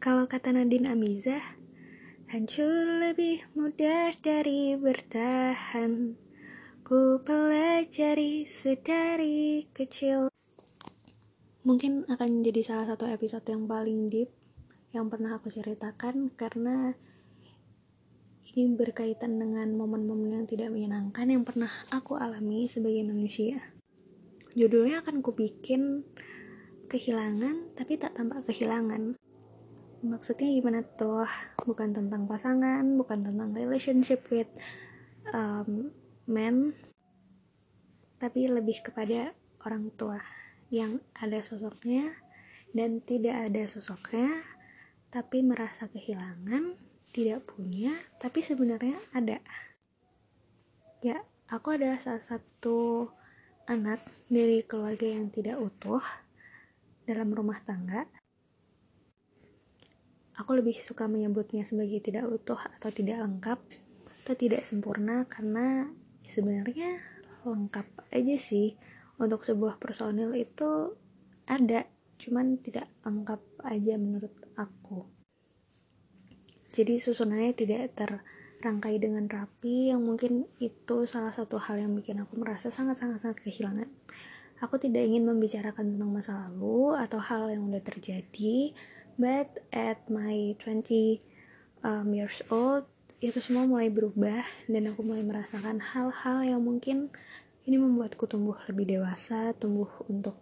Kalau kata Nadine Amizah, hancur lebih mudah dari bertahan. Ku pelajari sedari kecil. Mungkin akan jadi salah satu episode yang paling deep yang pernah aku ceritakan, karena ini berkaitan dengan momen-momen yang tidak menyenangkan yang pernah aku alami sebagai manusia. Judulnya akan kubikin kehilangan tapi tak tampak kehilangan. Maksudnya gimana tuh? Bukan tentang pasangan, bukan tentang relationship with men, tapi lebih kepada orang tua yang ada sosoknya dan tidak ada sosoknya, tapi merasa kehilangan, tidak punya, tapi sebenarnya ada. Ya, aku adalah salah satu anak dari keluarga yang tidak utuh dalam rumah tangga. Aku lebih suka menyebutnya sebagai tidak utuh atau tidak lengkap atau tidak sempurna, karena sebenarnya lengkap aja sih. Untuk sebuah personil itu ada, cuman tidak lengkap aja menurut aku. Jadi susunannya tidak terrangkai dengan rapi, yang mungkin itu salah satu hal yang bikin aku merasa sangat-sangat kehilangan. Aku tidak ingin membicarakan tentang masa lalu atau hal yang udah terjadi, but at my 20 years old, itu semua mulai berubah dan aku mulai merasakan hal-hal yang mungkin ini membuatku tumbuh lebih dewasa, tumbuh untuk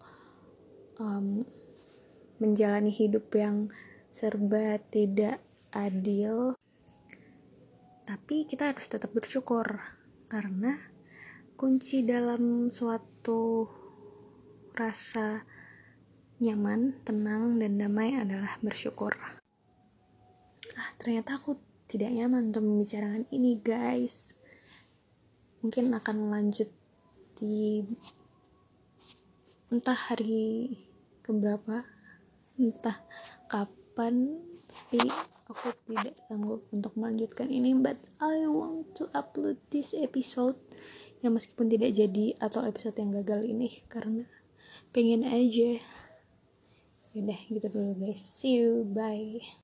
menjalani hidup yang serba tidak adil. Tapi kita harus tetap bersyukur, karena kunci dalam suatu rasa nyaman, tenang, dan damai adalah bersyukur. Ternyata aku tidak nyaman untuk membicarakan ini, guys. Mungkin akan lanjut di entah hari keberapa, entah kapan, tapi aku tidak sanggup untuk melanjutkan ini. But I want to upload this episode, yang meskipun tidak jadi atau episode yang gagal ini, karena pengen aja. Yaudah gitu dulu guys, see you, bye.